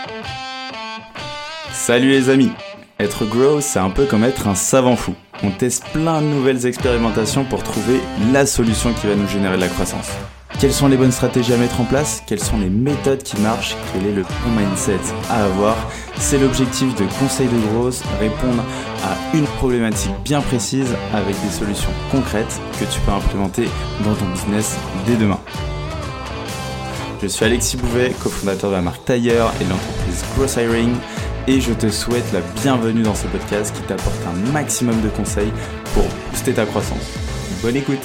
Salut les amis. Être grow, c'est un peu comme être un savant fou. On teste plein de nouvelles expérimentations pour trouver la solution qui va nous générer de la croissance. Quelles sont les bonnes stratégies à mettre en place? Quelles sont les méthodes qui marchent? Quel est le bon mindset à avoir? C'est l'objectif de Conseil de Growth, répondre à une problématique bien précise avec des solutions concrètes que tu peux implémenter dans ton business dès demain. Je suis Alexis Bouvet, cofondateur de la marque Tailleur et de l'entreprise Growth Hiring, et je te souhaite la bienvenue dans ce podcast qui t'apporte un maximum de conseils pour booster ta croissance. Bonne écoute.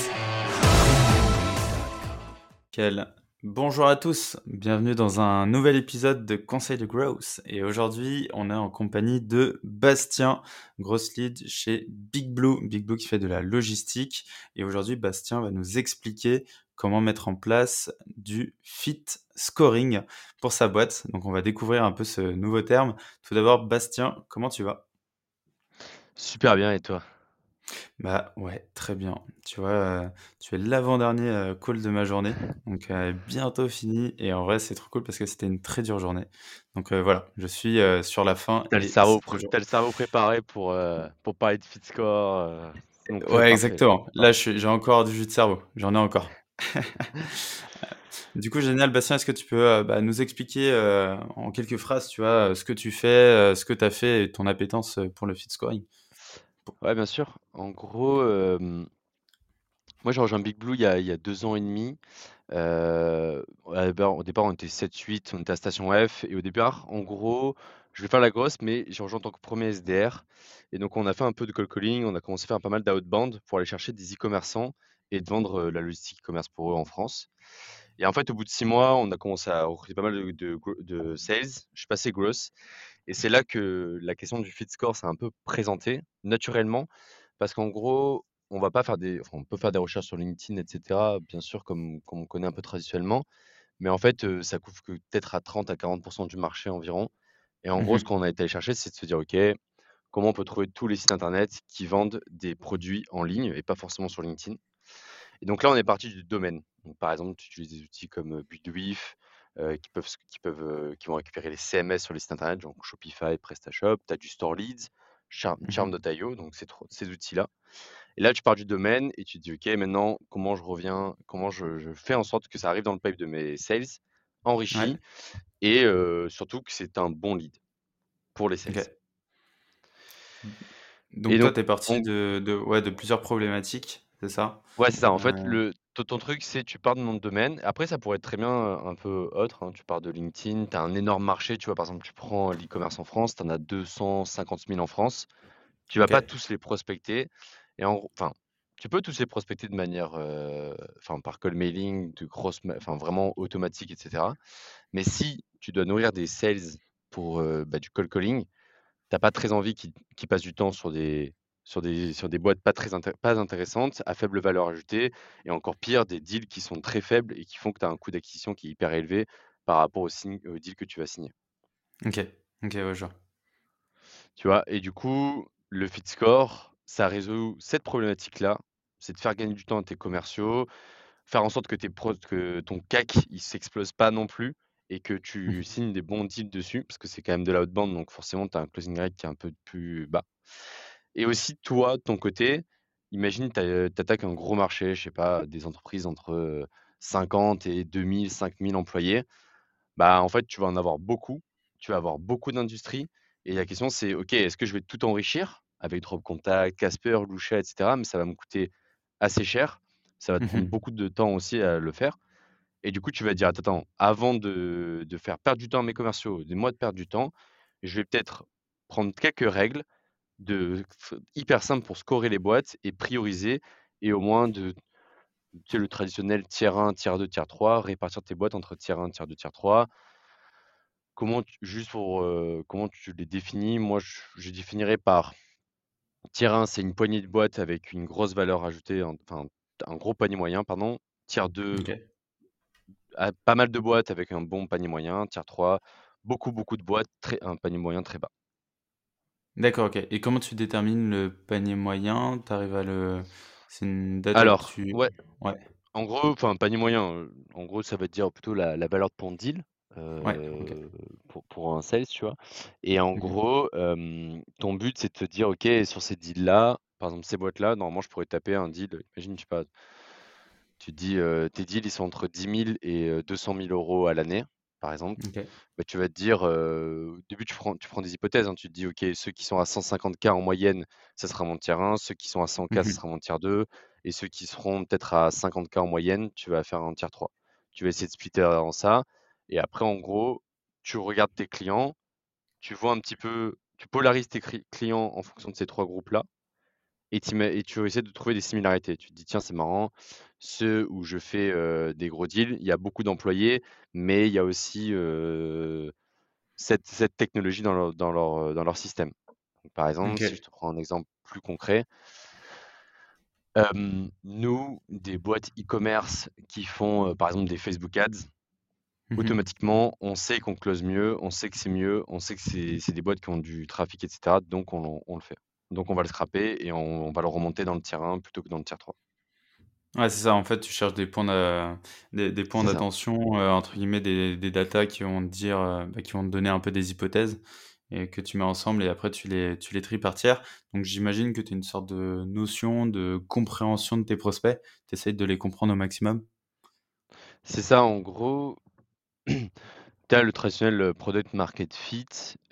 Bonjour à tous, bienvenue dans un nouvel épisode de Conseil de Growth. Et aujourd'hui, on est en compagnie de Bastien, Growth Lead chez Big Blue qui fait de la logistique. Et aujourd'hui, Bastien va nous expliquer comment mettre en place du fit scoring pour sa boîte. Donc on va découvrir un peu ce nouveau terme. Tout d'abord, Bastien, comment tu vas? Super bien, et toi? Bah ouais, très bien. Tu vois, tu es l'avant-dernier call de ma journée, donc bientôt fini. Et en vrai, c'est trop cool parce que c'était une très dure journée. Donc voilà, je suis sur la fin et c'est toujours. T'as le cerveau préparé pour parler de FitScore, donc Ouais, parfait, exactement. Là, parfait. j'ai encore du jus de cerveau. J'en ai encore. Du coup, génial, Bastien, est-ce que tu peux nous expliquer en quelques phrases, tu vois, ce que tu fais, ce que tu as fait et ton appétence pour le fit scoring? Ouais, bien sûr. En gros, moi j'ai rejoint Big Blue il y a 2 ans et demi. Au départ, on était 7-8, on était à Station F, et au départ, en gros, je vais faire la grosse, mais j'ai rejoint en tant que premier SDR. Et donc on a fait un peu de cold calling, on a commencé à faire pas mal d'outbound pour aller chercher des e-commerçants et de vendre la logistique e-commerce pour eux en France. Et en fait, au bout de 6 mois, on a commencé à recruter pas mal de sales. Je suis passé growth. Et c'est là que la question du fit score s'est un peu présentée naturellement. Parce qu'en gros, on peut faire des recherches sur LinkedIn, etc., bien sûr, comme on connaît un peu traditionnellement. Mais en fait, ça couvre que peut-être à 30 à 40% du marché environ. Et en gros, ce Mhm. qu'on a été allé chercher, c'est de se dire, OK, comment on peut trouver tous les sites internet qui vendent des produits en ligne et pas forcément sur LinkedIn. Et donc là, on est parti du domaine. Donc, par exemple, tu utilises des outils comme Budwif, qui vont récupérer les CMS sur les sites internet, donc Shopify, PrestaShop. Tu as du Store Leads, Mhm. Charm.io, donc ces outils-là. Et là, tu pars du domaine et tu te dis, OK, maintenant, comment je fais en sorte que ça arrive dans le pipe de mes sales, Ouais, enrichi, et surtout que c'est un bon lead pour les sales. ok. Et Donc toi, donc, t'es parti on de plusieurs problématiques, c'est ça? Ouais, c'est ça. En fait, Euh, ton truc, c'est tu pars de mon domaine. Après, ça pourrait être très bien un peu autre, hein. Tu pars de LinkedIn, tu as un énorme marché. Tu vois, par exemple, tu prends l'e-commerce en France, tu en as 250 000 en France. Tu vas ok. pas tous les prospecter. Enfin, tu peux tous les prospecter de manière, par cold mailing, enfin, vraiment automatique, etc. Mais si tu dois nourrir des sales pour du cold calling, t'as pas très envie qu'ils passent du temps sur des boîtes pas intéressantes, à faible valeur ajoutée, et encore pire, des deals qui sont très faibles et qui font que tu as un coût d'acquisition qui est hyper élevé par rapport au deal que tu vas signer. Ok, ok, ouais, je vois. Tu vois? Et du coup, le fit score, ça résout cette problématique-là. C'est de faire gagner du temps à tes commerciaux, faire en sorte que ton CAC, il s'explose pas non plus, et que tu Mhm. signes des bons deals dessus, parce que c'est quand même de l'outbound, donc forcément, tu as un closing rate qui est un peu plus bas. Et aussi, toi, de ton côté, imagine, tu attaques un gros marché, je sais pas, des entreprises entre 50 et 2000, 5000 employés. Bah, en fait, tu vas en avoir beaucoup. Tu vas avoir beaucoup d'industries. Et la question, c'est, OK, est-ce que je vais tout enrichir avec Dropcontact, Casper, Lusha, etc. Mais ça va me coûter assez cher. Ça va te prendre Mhm. beaucoup de temps aussi à le faire. Et du coup, tu vas dire, attends, avant de faire perdre du temps à mes commerciaux, de moi de perdre du temps, je vais peut-être prendre quelques règles hyper simple pour scorer les boîtes et prioriser, et au moins tu sais, le traditionnel tiers 1, tiers 2, tiers 3, répartir tes boîtes entre tiers 1, tiers 2, tiers 3. Comment tu les définis? Moi, je définirais par tiers 1, c'est une poignée de boîtes avec une grosse valeur ajoutée, enfin, un gros panier moyen, pardon. Tiers 2, Ok. pas mal de boîtes avec un bon panier moyen. Tiers 3, beaucoup, beaucoup de boîtes, un panier moyen très bas. D'accord, ok. Et comment tu détermines le panier moyen? T'arrives à le. C'est une data que Alors, tu. ouais, Ouais, en gros, enfin, panier moyen, en gros, ça va te dire plutôt la valeur de ton deal, ouais, ok. pour un sales, tu vois? Et en Mmh. gros, ton but, c'est de te dire: «OK, sur ces deals-là, par exemple, ces boîtes-là, normalement, je pourrais taper un deal», imagine, je sais pas, tu te dis, tes deals, ils sont entre 10 000 et 200 000 € à l'année, par exemple. OK. Bah, tu vas te dire, au début, tu prends des hypothèses, hein. Tu te dis: «OK, ceux qui sont à 150K en moyenne, ça sera mon tier 1, ceux qui sont à 100K, ça Mmh. sera mon tier 2 et ceux qui seront peut-être à 50K en moyenne, tu vas faire un tier 3». Tu vas essayer de splitter en ça et après, en gros, tu regardes tes clients, tu vois un petit peu tu polarises tes clients en fonction de ces 3 groupes-là et tu essaies de trouver des similarités. Tu te dis: «Tiens, c'est marrant, ceux où je fais, des gros deals, il y a beaucoup d'employés, mais il y a aussi, cette technologie dans leur système». Donc par exemple, si je OK. te prends un exemple plus concret, nous, des boîtes e-commerce qui font, par exemple des Facebook Ads, Mmh. automatiquement, on sait qu'on close mieux, on sait que c'est mieux, on sait que c'est des boîtes qui ont du trafic et cetera, donc on le fait. Donc on va le scraper et on va le remonter dans le tier 1 plutôt que dans le tier 3. Ouais, c'est ça, en fait, tu cherches des points C'est ça. d'attention, entre guillemets, des datas qui vont te dire, qui vont te donner un peu des hypothèses et que tu mets ensemble et après tu les tries par tiers. Donc j'imagine que tu as une sorte de notion de compréhension de tes prospects. Tu essayes de les comprendre au maximum? C'est ça, en gros, tu as le traditionnel, product market fit,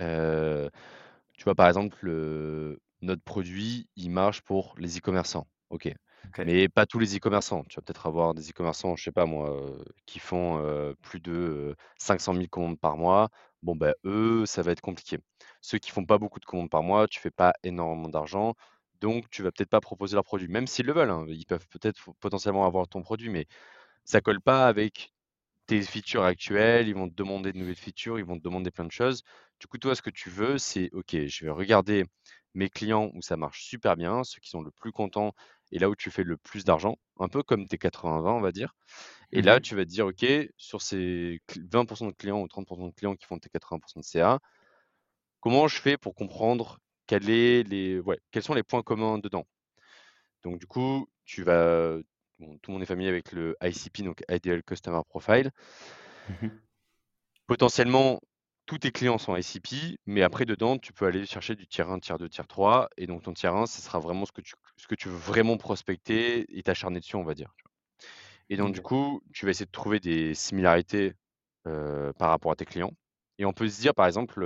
tu vois, par exemple, notre produit, il marche pour les e-commerçants, OK. OK. Mais pas tous les e-commerçants. Tu vas peut-être avoir des e-commerçants, je sais pas moi, qui font, plus de, 500 000 commandes par mois. Bon, bah, eux, ça va être compliqué. Ceux qui font pas beaucoup de commandes par mois, tu fais pas énormément d'argent, donc tu vas peut-être pas proposer leur produit, même s'ils le veulent, hein. Ils peuvent peut-être potentiellement avoir ton produit, mais ça colle pas avec tes features actuelles, ils vont te demander de nouvelles features, ils vont te demander plein de choses. Du coup, toi, ce que tu veux, c'est: «OK, je vais regarder mes clients où ça marche super bien, ceux qui sont le plus contents et là où tu fais le plus d'argent», un peu comme tes 80-20, on va dire. Et là, Mmh. tu vas te dire: «OK, sur ces 20 de clients ou 30 de clients qui font tes 80 de CA, comment je fais pour comprendre quels sont les points communs dedans?» Donc du coup, bon, tout le monde est familier avec le ICP, donc Ideal Customer Profile. Mmh. Potentiellement, tous tes clients sont ICP, mais après dedans, tu peux aller chercher du tier 1, tier 2, tier 3 et donc ton tier 1, ce sera vraiment ce que tu veux vraiment prospecter et t'acharner dessus, on va dire, tu vois? Et donc du OK. coup, tu vas essayer de trouver des similarités, par rapport à tes clients et on peut se dire, par exemple,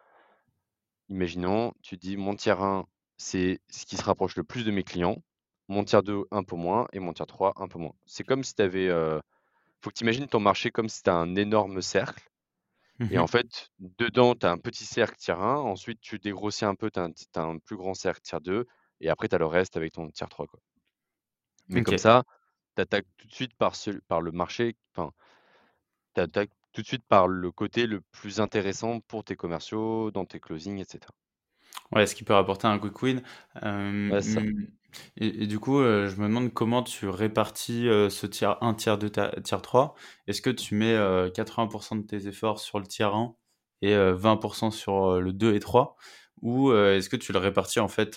imaginons, tu dis: «Mon tier 1, c'est ce qui se rapproche le plus de mes clients. Mon tier 2, un peu moins et mon tier 3, un peu moins». C'est comme si tu avais, faut que tu imagines ton marché comme si tu as un énorme cercle et en Mmh. fait, dedans, tu as un petit cercle tier 1, ensuite tu dégrossis un peu, tu as un plus grand cercle tier 2 et après tu as le reste avec ton tier 3, quoi. Mais comme OK. ça, tu attaques tout de suite par le marché, enfin, tu attaques tout de suite par le côté le plus intéressant pour tes commerciaux, dans tes closings et cetera. Ouais, ce qui peut rapporter un quick win. Ouais, c'est ça. Et du coup, je me demande comment tu répartis, ce tiers 1, tiers 2, ta tiers 3. Est-ce que tu mets, 80 de tes efforts sur le tiers 1 et 20 sur, le 2 et 3? Ou, est-ce que tu le répartis en fait,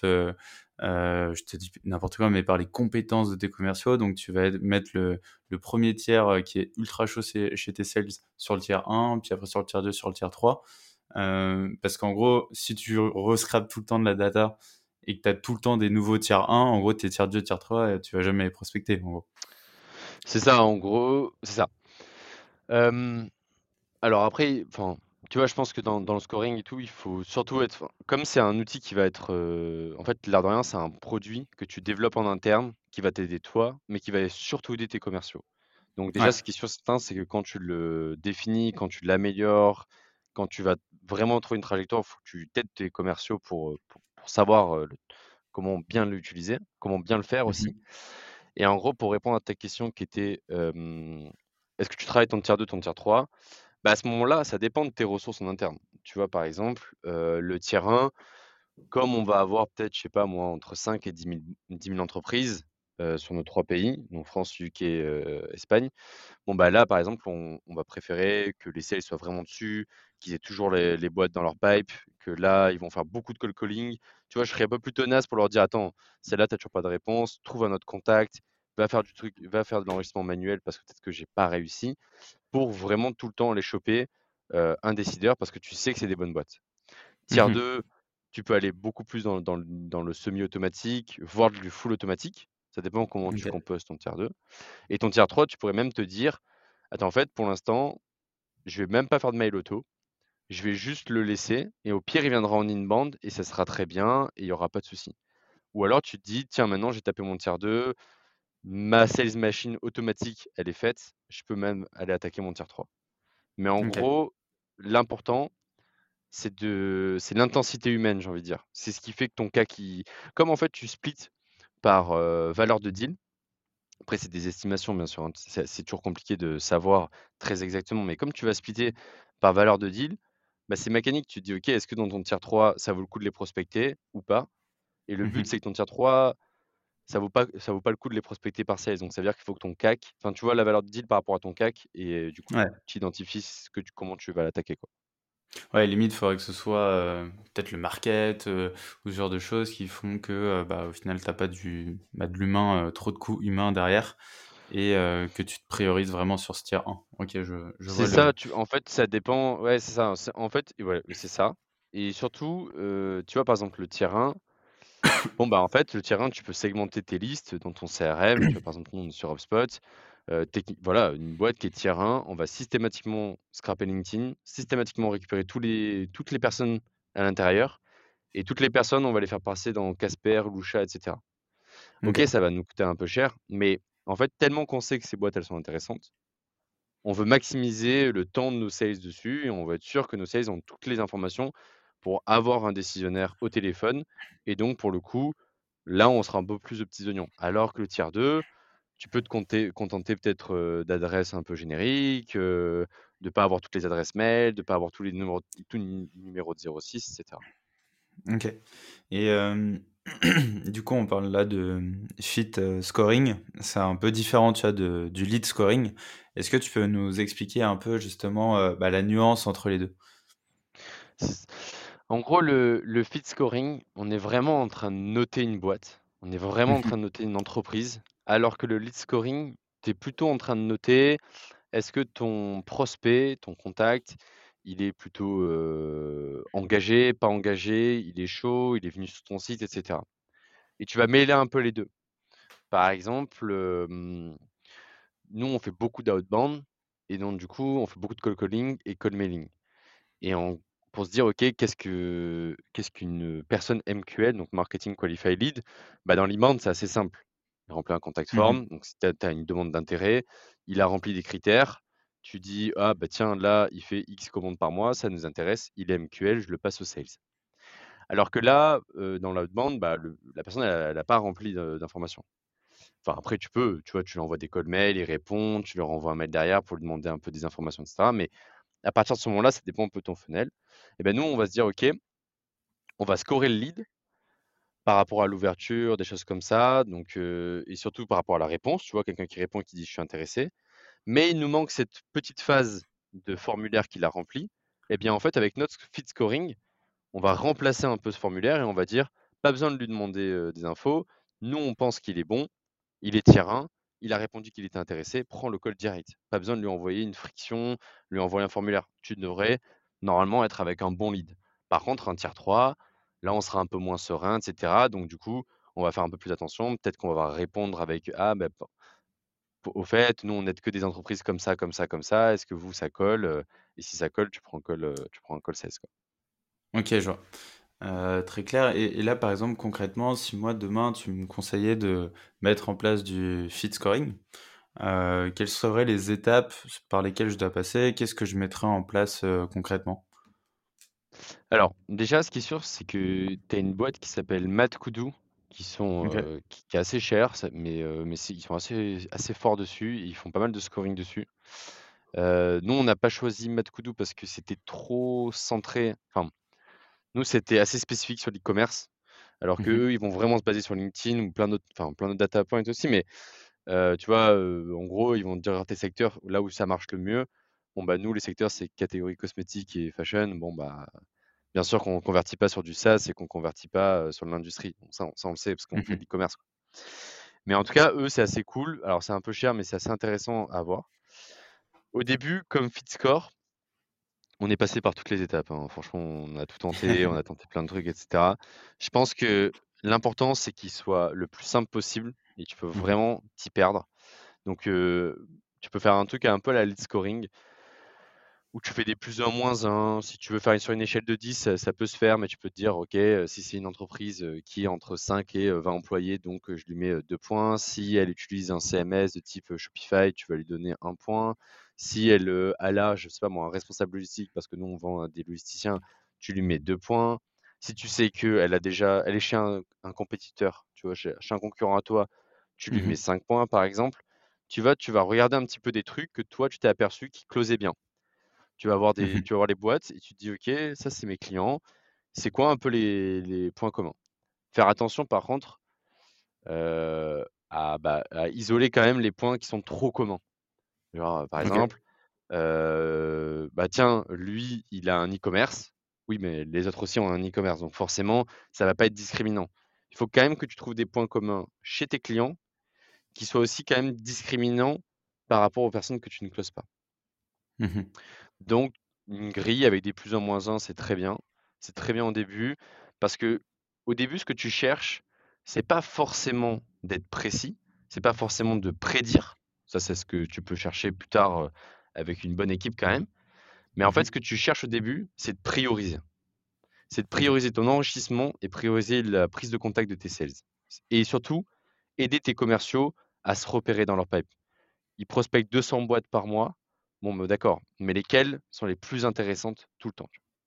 je te dis n'importe quoi, mais par les compétences de tes commerciaux? Donc tu vas mettre le 1er tiers, qui est ultra chaud chez tes sales sur le tiers 1, puis après sur le tiers 2, sur le tiers 3. Parce qu'en gros, si tu rescrapes tout le temps de la data et que tu as tout le temps des nouveaux tiers 1, en gros, tes tiers 2, tiers 3, tu vas jamais les prospecter, en gros. C'est ça, en gros, c'est ça. Hem, alors après, enfin, tu vois, je pense que dans le scoring et tout, il faut surtout être, enfin, comme c'est un outil qui va être, en fait, l'air de rien, c'est un produit que tu développes en interne, qui va t'aider toi, mais qui va surtout aider tes commerciaux. Donc déjà, Ouais. ce qui est sûr certain, c'est que quand tu le définis, quand tu l'améliores, quand tu vas vraiment trouver une trajectoire, il faut que tu t'aides tes commerciaux pour savoir, comment bien l'utiliser, comment bien le faire aussi. Mmh. Et en gros, pour répondre à ta question qui était, est-ce que tu travailles ton tier 2, ton tier 3? Bah, à ce moment-là, ça dépend de tes ressources en interne. Tu vois, par exemple, le tier 1, comme on va avoir peut-être, je sais pas moi, entre 5 et 10 000 entreprises, sur nos 3 pays, donc France, UK, Espagne. Bon, bah, là, par exemple, on va préférer que les sales soient vraiment dessus, qu'ils aient toujours les boîtes dans leur pipe, que là, ils vont faire beaucoup de cold calling. Tu vois, je serais un peu plus tenace pour leur dire: «Attends, celle-là, tu as toujours pas de réponse, trouve un autre contact, va faire de l'enregistrement manuel parce que peut-être que j'ai pas réussi», pour vraiment tout le temps les choper, un décideur parce que tu sais que c'est des bonnes boîtes. Tier Mhm. 2, tu peux aller beaucoup plus dans le semi-automatique, voire du full automatique. Ça dépend comment tu Ok. composes ton tier 2. Et ton tier 3, tu pourrais même te dire, attends, en fait, pour l'instant, je vais même pas faire de mail auto. Je vais juste le laisser et au pire, il viendra en inbound et ça sera très bien et il y aura pas de souci. Ou alors tu te dis, tiens, maintenant j'ai tapé mon tier 2, ma sales machine automatique, elle est faite, je peux même aller attaquer mon tier 3. Mais en Ok. gros, l'important, c'est l'intensité humaine, j'ai envie de dire. C'est ce qui fait que ton CAC, comme en fait tu splits par valeur de deal. Après, c'est des estimations, bien sûr, hein. C'est toujours compliqué de savoir très exactement, mais comme tu vas splitter par valeur de deal, bah, c'est mécanique. Tu te dis, OK, est-ce que dans ton tier 3, ça vaut le coup de les prospecter ou pas? Et le but, Mhm. c'est que ton tier 3, ça vaut pas le coup de les prospecter par sales. Donc, ça veut dire qu'il faut que ton CAC, enfin, tu vois la valeur de deal par rapport à ton CAC et du coup, Ouais. tu identifies comment tu vas l'attaquer, quoi. Ouais, limite, il faudrait que ce soit peut-être le market ou ce genre de choses qui font que bah, au final, t'as pas de l'humain, trop de coûts humains derrière et que tu te priorises vraiment sur ce tier 1. Ok, je C'est vois ça, le. en fait, ça dépend. Ouais, c'est ça. En fait, ouais, c'est ça. Et surtout, tu vois, par exemple, le tier 1. Bon, bah, en fait, le terrain, tu peux segmenter tes listes dans ton CRM. Tu vois, par exemple, nous, on est sur HubSpot. Voilà, une boîte qui est tier 1, on va systématiquement scraper LinkedIn, systématiquement récupérer toutes les personnes à l'intérieur. Et toutes les personnes, on va les faire passer dans Casper, Lusha, etc. Ok, Ok. ça va nous coûter un peu cher, mais en fait, tellement qu'on sait que ces boîtes, elles sont intéressantes, on veut maximiser le temps de nos sales dessus et on veut être sûr que nos sales ont toutes les informations pour avoir un décisionnaire au téléphone. Et donc, pour le coup, là, on sera un peu plus de petits oignons. Alors que le tiers 2, tu peux te contenter peut-être d'adresses un peu génériques, de ne pas avoir toutes les adresses mail, de ne pas avoir tous les numéros de 06, etc. Ok. Et du coup, on parle là de fit scoring. C'est un peu différent, tu vois, du lead scoring. Est-ce que tu peux nous expliquer un peu justement bah, la nuance entre les deux? En gros, le fit scoring, on est vraiment en train de noter une boîte. On est vraiment en train de noter une entreprise. Alors que le lead scoring, tu es plutôt en train de noter, est-ce que ton prospect, ton contact, il est plutôt engagé, pas engagé, il est chaud, il est venu sur ton site, etc. Et tu vas mêler un peu les deux. Par exemple, nous, on fait beaucoup d'outbound et donc du coup, on fait beaucoup de cold calling et cold mailing. Et pour se dire, OK, qu'est-ce qu'une personne MQL, donc Marketing Qualified Lead? Bah, dans l'inbound, c'est assez simple. Il remplit un contact Mhm. form, donc si tu as une demande d'intérêt, il a rempli des critères. Tu dis, ah bah tiens, là, il fait X commandes par mois, ça nous intéresse, il est MQL, je le passe au sales. Alors que là, dans l'outbound, bah, la personne, elle n'a pas rempli d'informations. Enfin, après, tu vois, tu lui envoies des cold mails, il répond, tu lui renvoies un mail derrière pour lui demander un peu des informations, etc. Mais à partir de ce moment-là, ça dépend un peu de ton funnel. Et ben nous, on va se dire, OK, on va scorer le lead par rapport à l'ouverture, des choses comme ça. Donc, et surtout par rapport à la réponse. Tu vois, quelqu'un qui répond et qui dit je suis intéressé. Mais il nous manque cette petite phase de formulaire qu'il a rempli. Eh bien, en fait, avec notre feed scoring, on va remplacer un peu ce formulaire et on va dire pas besoin de lui demander des infos. Nous, on pense qu'il est bon, il est tier 1, il a répondu qu'il était intéressé, prends le call direct. Pas besoin de lui envoyer une friction, lui envoyer un formulaire. Tu devrais normalement être avec un bon lead. Par contre, un tier 3, là, on sera un peu moins serein, etc. Donc, du coup, on va faire un peu plus attention. Peut-être qu'on va répondre avec ah, ben, au fait, nous, on n'aide que des entreprises comme ça, comme ça, comme ça. Est-ce que vous, ça colle? Et si ça colle, tu prends un call 16, quoi. Ok, je vois. Très clair. Et là, par exemple, concrètement, si moi demain tu me conseillais de mettre en place du fit scoring, quelles seraient les étapes par lesquelles je dois passer? Qu'est-ce que je mettrais en place concrètement? Alors, déjà, ce qui est sûr, c'est que tu as une boîte qui s'appelle Mad Kudu, Ok. qui est assez chère, mais ils sont assez forts dessus, et ils font pas mal de scoring dessus. Nous, on n'a pas choisi Mad Kudu parce que c'était trop centré. Enfin, nous, c'était assez spécifique sur l'e-commerce, alors que Mhm. eux, ils vont vraiment se baser sur LinkedIn ou plein d'autres data points aussi. Mais tu vois, en gros, ils vont te dire tes secteurs là où ça marche le mieux. Bon, bah, nous, les secteurs, c'est catégorie cosmétique et fashion. Bon, bah, bien sûr qu'on ne convertit pas sur du SaaS et qu'on ne convertit pas sur l'industrie. Bon, ça, on le sait parce qu'on fait de Mhm. l'e-commerce, quoi. Mais en tout cas, eux, c'est assez cool. Alors, c'est un peu cher, mais c'est assez intéressant à voir. Au début, comme FitScore, On est passé par toutes les étapes, hein. Franchement, on a tout tenté, on a tenté plein de trucs, et cetera. Je pense que l'important, c'est qu'il soit le plus simple possible et tu peux Mmh. vraiment t'y perdre. Donc, tu peux faire un truc un peu à la lead scoring où tu fais des plus un moins un. Si tu veux faire sur une échelle de 10, ça peut se faire, mais tu peux te dire: «OK, si c'est une entreprise, qui est entre 5 et 20 employés, donc je lui mets, 2 points. Si elle utilise un CMS de type, Shopify, tu vas lui donner 1 point. Si elle a, je sais pas moi, un responsable logistique, parce que nous on vend à des logisticiens, tu lui mets 2 points. Si tu sais elle est chez un compétiteur, tu vois, chez un concurrent à toi, tu lui mets Mmh. 5 points par exemple. Tu vas regarder un petit peu des trucs que toi tu t'es aperçu qui closaient bien. Mmh. Tu vas voir les boîtes et tu te dis: «OK, ça c'est mes clients. C'est quoi un peu les points communs?» Faire attention par contre, à isoler quand même les points qui sont trop communs. Genre, par OK. exemple, bah, tiens, lui, il a un e-commerce. Oui, mais les autres aussi ont un e-commerce, donc forcément, ça va pas être discriminant. Il faut quand même que tu trouves des points communs chez tes clients qui soient aussi quand même discriminants par rapport aux personnes que tu ne closes pas. Mmh. Donc, une grille avec des plus ou moins un, c'est très bien. C'est très bien au début parce que au début, ce que tu cherches, c'est pas forcément d'être précis, c'est pas forcément de prédire. Ça, c'est ce que tu peux chercher plus tard, avec une bonne équipe quand même. Mais en fait, ce Mmh. que tu cherches au début, c'est de prioriser. C'est de OK. prioriser ton enrichissement et prioriser la prise de contact de tes sales. Et surtout, aider tes commerciaux à se repérer dans leur pipe. Ils prospectent 200 boîtes par mois. Bon, bah, d'accord, mais lesquelles sont les plus intéressantes tout le temps?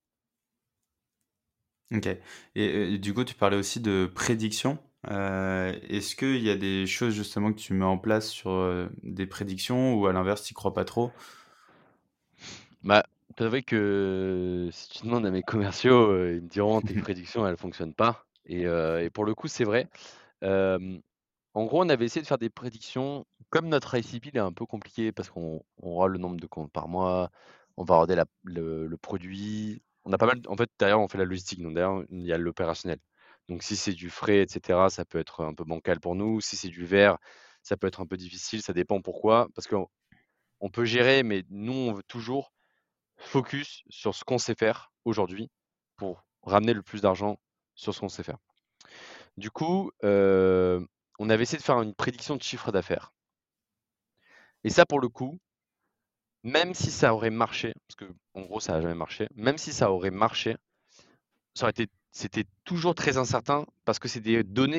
OK, et du coup, tu parlais aussi de prédiction. Est-ce qu'il y a des choses justement que tu mets en place sur, des prédictions ou à l'inverse, tu y crois pas trop? Bah, t'avouer que si tu demandes à mes commerciaux, ils me diront: «Tes prédictions, elles fonctionnent pas», et pour le coup, c'est vrai. Hem, En gros, on avait essayé de faire des prédictions. Comme notre ICP, il est un peu compliqué parce qu'on aura le nombre de comptes par mois, on va regarder le produit. On a pas mal en fait, derrière, on fait la logistique, donc derrière, il y a l'opérationnel. Donc si c'est du frais et cetera, ça peut être un peu bancal pour nous. Si c'est du verre, ça peut être un peu difficile, ça dépend pourquoi. Parce qu'on peut gérer, mais nous, on veut toujours focus sur ce qu'on sait faire aujourd'hui pour ramener le plus d'argent sur ce qu'on sait faire. Du coup, on avait essayé de faire une prédiction de chiffre d'affaires et ça, pour le coup, même si ça aurait marché, parce que en gros, ça a jamais marché, même si ça aurait marché, c'était toujours très incertain parce que c'est des données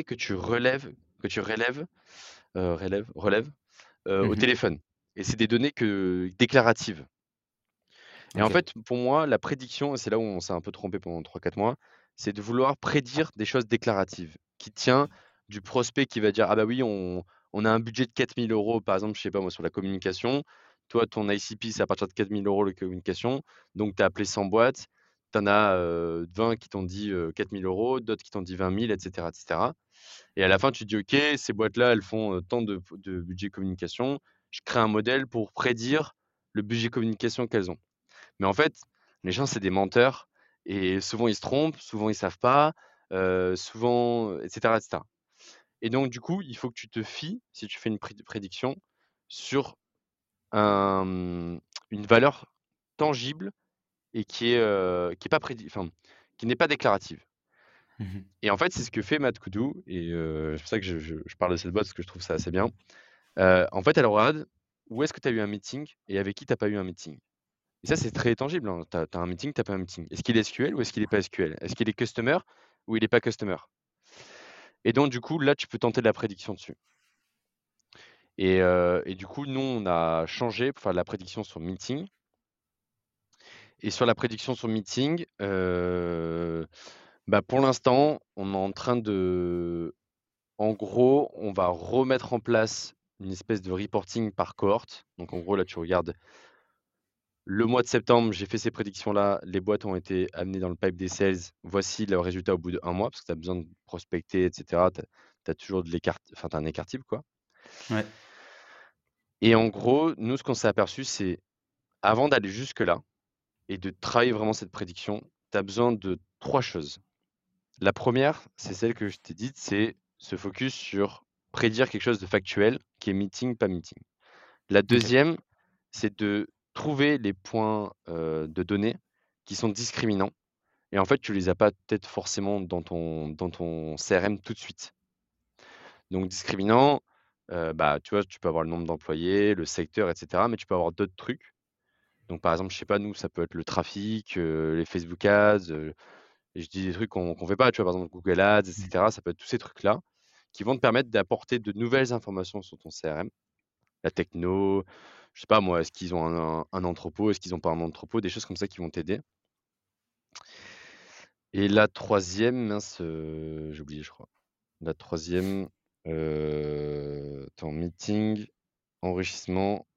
que tu relèves au Mmh. téléphone et c'est des données déclaratives. Et en OK. fait, pour moi, la prédiction, et c'est là où on s'est un peu trompé pendant 3 4 mois, c'est de vouloir prédire des choses déclaratives, qui tient du prospect qui va dire: «Ah bah oui, on a un budget de 4 000 €», par exemple, je sais pas moi, sur la communication. Toi, ton ICP, c'est à partir de 4 000 € la communication, donc tu as appelé 100 boîtes, tu en as, 20 qui t'ont dit, 4 000 €, d'autres qui t'ont dit 20 000, et cetera, et cetera. Et à la fin, tu te dis: «OK, ces boîtes-là, elles font, tant de budget communication. Je crée un modèle pour prédire le budget communication qu'elles ont». Mais en fait, les gens, c'est des menteurs et souvent ils se trompent, souvent ils savent pas, souvent, et cetera, et cetera. Et donc du coup, il faut que tu te fies, si tu fais une prédiction, sur un, une valeur tangible et qui est pas enfin, qui n'est pas déclarative. Mmh. Et en fait, c'est ce que fait Mad Kudu et c'est pour ça que je parle de cette boîte parce que je trouve ça assez bien. En fait, elle regarde où est-ce que tu as eu un meeting et avec qui tu as pas eu un meeting. Et ça, c'est très tangible, hein. Tu as un meeting, tu as pas un meeting. Est-ce qu'il est SQL ou est-ce qu'il est pas SQL? Est-ce qu'il est customer ou il est pas customer? Et donc du coup, là, tu peux tenter de la prédiction dessus. Et du coup, nous, on a changé pour faire de la prédiction sur meeting. Et sur la prédiction sur meeting, bah, pour l'instant, on est en train de en gros, on va remettre en place une espèce de reporting par cohorte. Donc en gros, là, tu regardes le mois de septembre, j'ai fait ces prédictions-là. Les boîtes ont été amenées dans le pipe des sales. Voici le résultat au bout d'1 mois, parce que tu as besoin de prospecter, et cetera. Tu as toujours de l'écart, enfin, tu as un écart type, quoi. Ouais. Et en gros, nous, ce qu'on s'est aperçu, c'est avant d'aller jusque-là et de travailler vraiment cette prédiction, tu as besoin de 3 choses. La première, c'est celle que je t'ai dite, c'est se focus sur prédire quelque chose de factuel, qui est meeting, pas meeting. La OK. deuxième, c'est de trouver les points, de données qui sont discriminants et en fait, tu les as pas peut-être forcément dans ton CRM tout de suite. Donc discriminant, bah, tu vois, tu peux avoir le nombre d'employés, le secteur et cetera, mais tu peux avoir d'autres trucs. Donc par exemple, je sais pas, nous, ça peut être le trafic, les Facebook Ads, et je dis des trucs qu'on fait pas, tu vois? Par exemple, Google Ads et Mmh. cetera. Ça peut être tous ces trucs-là qui vont te permettre d'apporter de nouvelles informations sur ton CRM. La techno, je sais pas moi, est-ce qu'ils ont un entrepôt? Est-ce qu'ils ont pas un entrepôt? Des choses comme ça qui vont t'aider. Et la troisième, mince, j'ai oublié, je crois. La troisième, attends, meeting, enrichissement,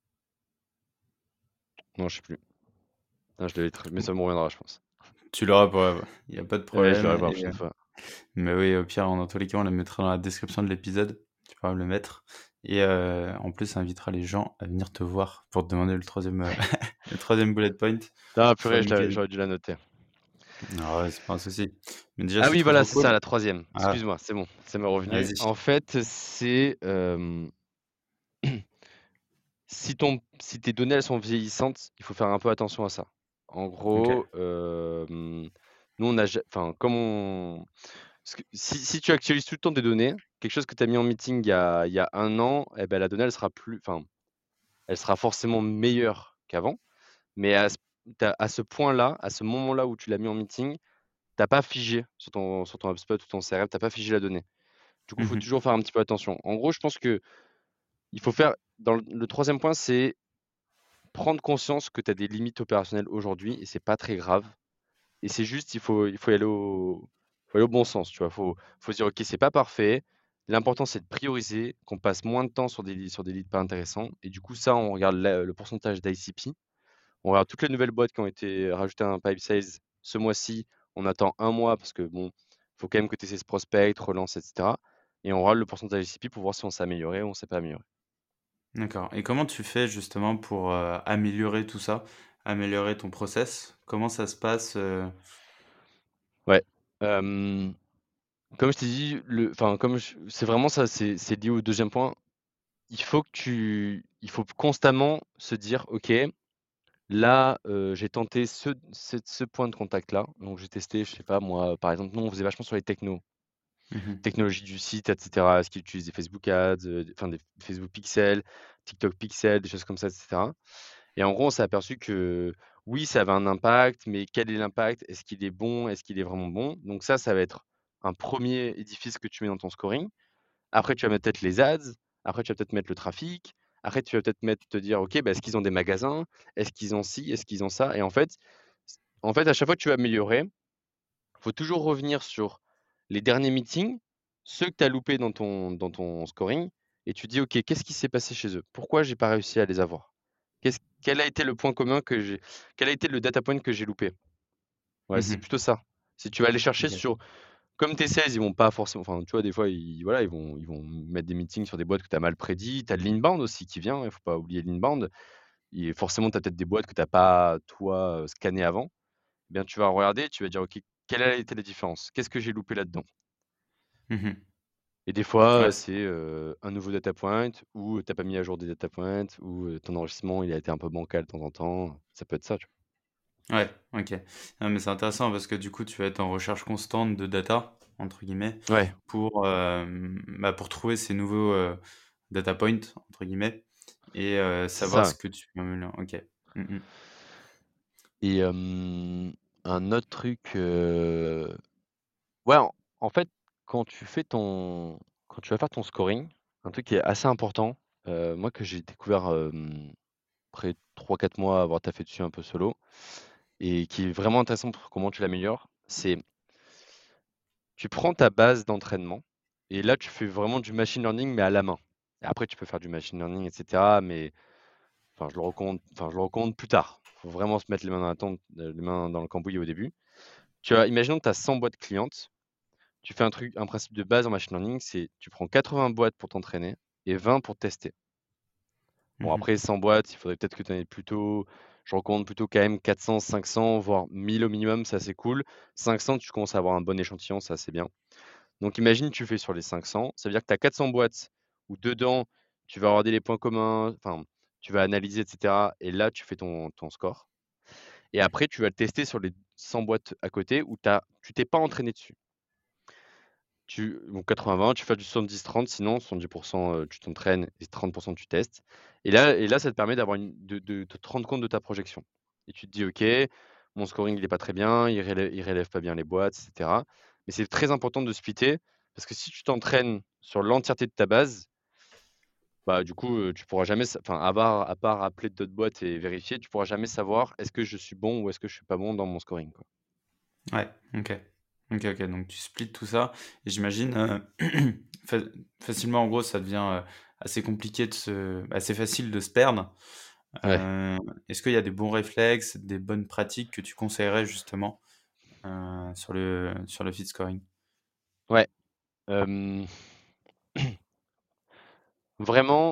non, je sais plus. Ah, je l'avais mais ça me reviendra, je pense. Tu l'auras pas, il y a pas de Ouais, je problème l'aurai pour la et prochaine fois. mais oui, au pire, dans tous les cas, on le mettra dans la description de l'épisode. Tu pourras le mettre et en plus, ça invitera les gens à venir te voir pour te demander le troisième le 3e bullet point Ah sur purée, LinkedIn. j'aurais dû la noter. Ah ouais, c'est pas un souci. Mais déjà, Ah c'est oui, trop, voilà, trop c'est ça cool. la troisième. Ah, Excuse-moi, c'est bon, ça m'est revenu. vas-y. En fait, c'est, si tes données, elles sont vieillissantes, il faut faire un peu attention à ça. En OK. gros, nous on a ja enfin, parce que si tu actualises tout le temps tes données, quelque chose que tu as mis en meeting il y a 1 an, et ben la donnée, elle sera forcément meilleure qu'avant, mais à ce point-là, à ce moment-là où tu l'as mis en meeting, tu as pas figé sur ton HubSpot ou ton CRM, tu as pas figé la donnée. Du coup, il faut Mmh. toujours faire un petit peu attention. En gros, je pense qu'il faut faire dans le 3e point, c'est prendre conscience que tu as des limites opérationnelles aujourd'hui et c'est pas très grave et c'est juste il faut y aller au bon sens, tu vois? Faut se dire: «OK, c'est pas parfait». L'important, c'est de prioriser, qu'on passe moins de temps sur des leads pas intéressants et du coup, ça, on regarde le pourcentage d'ICP. On regarde toutes les nouvelles boîtes qui ont été rajoutées à un pipe sales ce mois-ci. On attend 1 mois parce que bon, faut quand même que tu essaies ce prospect, relance et cetera et on regarde le pourcentage d'ICP pour voir si on s'est amélioré ou on s'est pas amélioré. D'accord et comment tu fais justement pour, améliorer tout ça? Améliorer ton process? Comment ça se passe, Ouais, hem, comme je t'ai dit, c'est vraiment ça, c'est lié au deuxième point. Il faut constamment se dire: «OK, là, j'ai tenté ce point de contact-là». Donc j'ai testé, je sais pas moi, par exemple, nous on faisait vachement sur les technos. Mmh. Technologie du site et cetera. Est-ce qu'ils utilisent des Facebook Ads, des Facebook Pixel, TikTok Pixel, des choses comme ça et cetera et en gros, on s'est aperçu que oui, ça avait un impact, mais quel est l'impact? Est-ce qu'il est bon? Est-ce qu'il est vraiment bon? Donc ça va être un premier édifice que tu mets dans ton scoring. Après, tu vas mettre peut-être les ads, après tu vas peut-être mettre le trafic, après tu vas peut-être te dire: «OK, bah, est-ce qu'ils ont des magasins? Est-ce qu'ils ont ci? Est-ce qu'ils ont ça?» et en fait, à chaque fois que tu vas améliorer, faut toujours revenir sur les derniers meetings, ceux que tu as loupés dans ton scoring et tu dis: «OK, qu'est-ce qui s'est passé chez eux? Pourquoi j'ai pas réussi à les avoir? Quel a été le point commun que j'ai quel a été le data point que j'ai loupé?» Ouais, c'est Mmh. plutôt ça. Si tu vas aller chercher OK. sur comme tes sales, ils vont pas forcément enfin, tu vois, des fois, ils vont mettre des meetings sur des boîtes que tu as mal prédit. Tu as de l'inbound aussi qui vient, il faut pas oublier l'inbound et forcément, tu as peut-être des boîtes que tu as pas, toi, scannées avant. Eh bien, tu vas regarder, tu vas dire: «OK, quelle a été la différence? Qu'est-ce que j'ai loupé là-dedans?» Mmh. Et des fois, Ouais. c'est, un nouveau data point ou tu as pas mis à jour des data points ou, ton enregistrement, il a été un peu bancal de temps en temps. Ça peut être ça, tu Ouais, OK. Non, mais c'est intéressant parce que du coup, tu vas être en recherche constante de «data» entre guillemets vois? Ouais, pour, bah, pour trouver ces nouveaux, «data points» entre guillemets et c'est savoir ça ce que tu peux améliorer. OK. Mmh mh. et un autre truc, ouais, en fait, quand tu fais ton quand tu vas faire ton scoring, un truc qui est assez important, moi que j'ai découvert, après 3-4 mois avoir taffé dessus un peu solo et qui est vraiment intéressant pour comment tu l'améliores, c'est tu prends ta base d'entraînement et là, tu fais vraiment du machine learning, mais à la main. Et après, tu peux faire du machine learning, et cetera, mais je le recommande plus tard. Il faut vraiment se mettre les mains dans le cambouis au début. Imaginons que tu as 100 boîtes clientes. Tu fais un principe de base en machine learning, c'est tu prends 80 boîtes pour t'entraîner et 20 pour tester. Bon, Mmh. après 100 boîtes, il faudrait peut-être que tu en aies plutôt je recommande plutôt quand même 400, 500, voire 1000 au minimum, ça c'est cool. 500, tu commences à avoir un bon échantillon, ça c'est bien. Donc imagine, tu fais sur les 500, ça veut dire que tu as 400 boîtes où dedans, tu vas regarder les points communs, enfin, tu vas analyser, et cetera et là, tu fais ton score Et après, tu vas le tester sur les 100 boîtes à côté où tu t'es pas entraîné dessus. Donc 80-20, tu fais du 70-30, sinon 70% tu t'entraînes et 30% tu testes. Et là, ça te permet de te rendre compte de ta projection. Et tu te dis, OK, mon scoring, il est pas très bien, il relève pas bien les boîtes, etc. Mais c'est très important de splitter parce que si tu t'entraînes sur l'entièreté de ta base, bah, du coup, tu pourras jamais, enfin, à part appeler d'autres boîtes et vérifier, tu pourras jamais savoir est-ce que je suis bon ou est-ce que je suis pas bon dans mon scoring, quoi. Ouais, ok. Ok, ok. Donc tu splits tout ça. Et j'imagine fa- facilement, en gros, ça devient assez compliqué assez facile de se perdre. Ouais, Euh, Est-ce qu'il y a des bons réflexes, des bonnes pratiques que tu conseillerais justement sur le feed scoring? ouais. euh, Vraiment,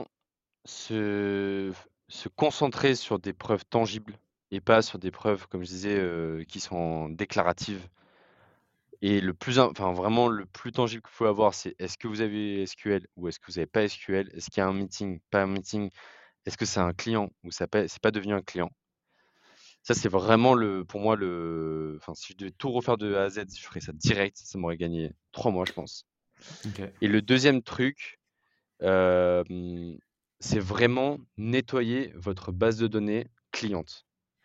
se, se concentrer sur des preuves tangibles et pas sur des preuves, comme je disais, qui sont déclaratives. Et enfin, vraiment, le plus tangible qu'il faut avoir, c'est est-ce que vous avez SQL ou est-ce que vous n'avez pas SQL? Est-ce qu'il y a un meeting, pas un meeting? Est-ce que c'est un client ou c'est pas devenu un client? Ça, c'est vraiment pour moi, enfin, si je devais tout refaire de A à Z, je ferais ça direct. Ça m'aurait gagné 3 mois, je pense. Ok. Et le deuxième truc, hem, c'est vraiment nettoyer votre base de données cliente.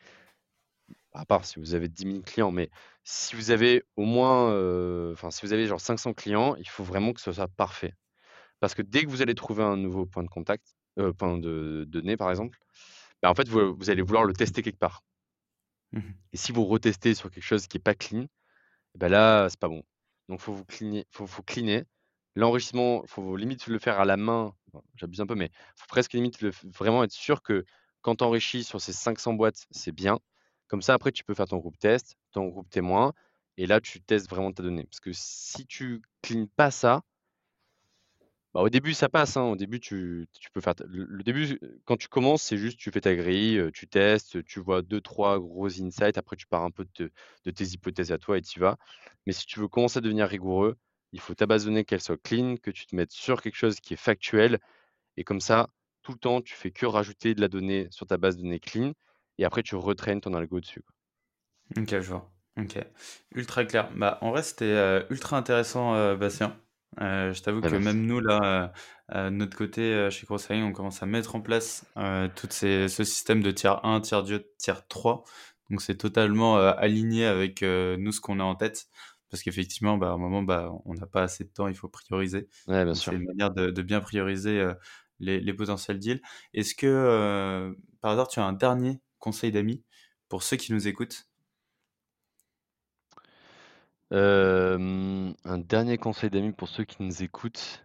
À part si vous avez 10 000 clients, mais si vous avez au moins, enfin, si vous avez genre 500 clients, il faut vraiment que ce soit parfait. Parce que dès que vous allez trouver un nouveau point de contact, point de données par exemple, bah, en fait, vous allez vouloir le tester quelque part. Mhm. Et si vous retestez sur quelque chose qui est pas clean, et bah, là, c'est pas bon. Donc faut cleaner. L'enrichissement, faut limite le faire à la main. Bon, j'abuse un peu, mais faut presque limite vraiment être sûr que quand tu enrichis sur ces 500 boîtes, c'est bien. Comme ça, après, tu peux faire ton groupe test, ton groupe témoin, et là, tu testes vraiment ta donnée. Parce que si tu cleans pas ça, bah, au début, ça passe, hein. Au début, tu peux faire le début, quand tu commences, c'est juste tu fais ta grille, tu testes, tu vois deux trois gros insights. Après, tu pars un peu de tes hypothèses à toi et tu y vas. Mais si tu veux commencer à devenir rigoureux, il faut ta base de données qu'elle soit clean, que tu te mettes sur quelque chose qui est factuel et comme ça, tout le temps, tu fais que rajouter de la donnée sur ta base de données clean et après tu retraînes ton algo dessus, quoi. Ok, je vois. Ok. Ultra clair. Bah, en vrai, c'était ultra intéressant, Bastien. Je t'avoue Bah, que merci. même nous, là, de notre côté, chez Crossaling, on commence à mettre en place ce système de tiers 1, tiers 2, tiers 3. Donc, c'est totalement aligné avec nous, ce qu'on a en tête. Parce qu'effectivement, bah, à un moment, bah, on n'a pas assez de temps, il faut prioriser. Ouais, bien Donc, c'est sûr. une manière de bien prioriser les potentiels deals. Est-ce que, par hasard, tu as un dernier conseil d'amis pour ceux qui nous écoutent? Un dernier conseil d'amis pour ceux qui nous écoutent.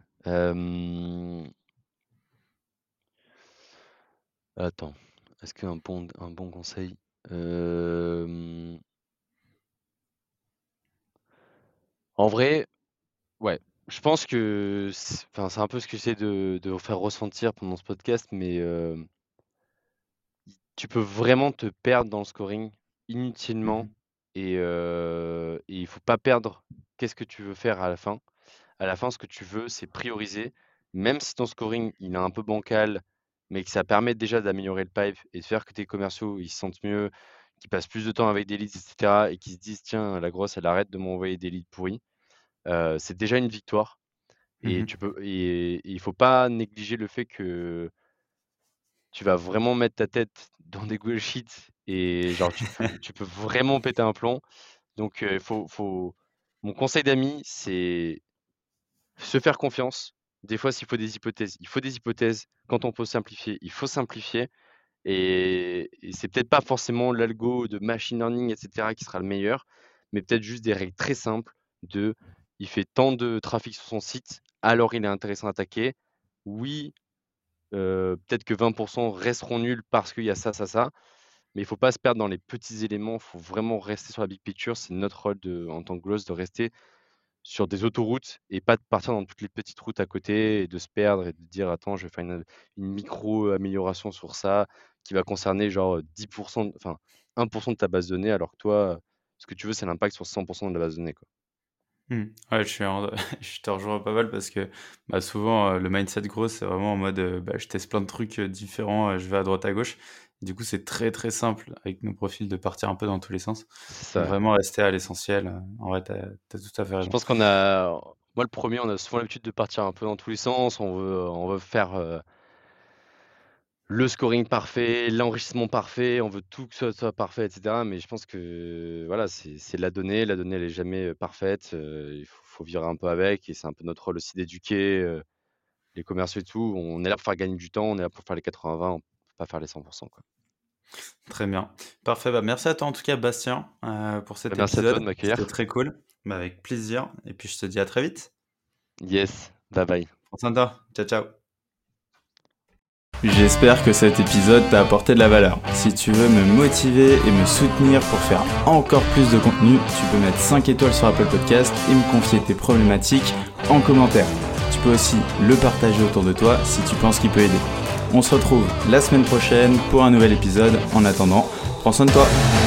Attends, est-ce qu'un bon conseil? Hem, En vrai, ouais, je pense que enfin, c'est un peu ce que j'essaie de vous faire ressentir pendant ce podcast, mais tu peux vraiment te perdre dans le scoring inutilement Mhm. et il faut pas perdre qu'est-ce que tu veux faire à la fin. À la fin, ce que tu veux, c'est prioriser. Même si ton scoring, il est un peu bancal, mais que ça permet déjà d'améliorer le pipe et de faire que tes commerciaux, ils se sentent mieux, qu'ils passent plus de temps avec des leads, et cetera et qu'ils se disent: «Tiens, la grosse, elle arrête de m'envoyer des leads pourris», c'est déjà une victoire et Mhm. tu peux et il faut pas négliger le fait que tu vas vraiment mettre ta tête dans des Google Sheets et genre tu peux vraiment péter un plomb donc faut mon conseil d'ami, c'est se faire confiance. Des fois, s'il faut des hypothèses, il faut des hypothèses. Quand on peut simplifier, il faut simplifier et c'est peut-être pas forcément l'algo de machine learning et cetera qui sera le meilleur, mais peut-être juste des règles très simples de: il fait tant de trafic sur son site, alors il est intéressant à attaquer. Oui, peut-être que 20 resteront nuls parce qu'il y a ça, ça, ça, mais il faut pas se perdre dans les petits éléments, il faut vraiment rester sur la big picture. C'est notre rôle en tant que growth de rester sur des autoroutes et pas de partir dans toutes les petites routes à côté et de se perdre et de dire: «Attends, je vais faire une micro amélioration sur ça qui va concerner genre, 10 enfin 1 de ta base de données», alors que toi, ce que tu veux, c'est l'impact sur 100 de la base de données, quoi. Ouais, je te rejoins pas mal parce que bah, souvent le mindset gros, c'est vraiment en mode bah, je teste plein de trucs différents, je vais à droite à gauche. Du coup, c'est très très simple avec nos profils de partir un peu dans tous les sens. C'est Donc ça. vraiment rester à l'essentiel. En vrai, t'as tout à fait Je raison. pense moi, le premier, on a souvent l'habitude de partir un peu dans tous les sens. On veut faire le scoring parfait, l'enrichissement parfait, on veut tout que ce soit parfait, et cetera. Mais je pense que voilà, c'est la donnée. La donnée, elle est jamais parfaite. Il faut vivre un peu avec, et c'est un peu notre rôle aussi d'éduquer les commerciaux et tout. On est là pour faire gagner du temps, on est là pour faire les 80-20, on peut pas faire les 100%, quoi. Très bien. Parfait. Bah, merci à toi en tout cas, Bastien, pour cet Merci à toi de épisode. C'était m'accueillir. très cool. Bah, avec plaisir. Et puis je te dis à très vite. Yes, bye bye. Prends soin de toi. Ciao, ciao. J'espère que cet épisode t'a apporté de la valeur. Si tu veux me motiver et me soutenir pour faire encore plus de contenu, tu peux mettre 5 étoiles sur Apple Podcast et me confier tes problématiques en commentaire. Tu peux aussi le partager autour de toi si tu penses qu'il peut aider. On se retrouve la semaine prochaine pour un nouvel épisode. En attendant, prends soin de toi.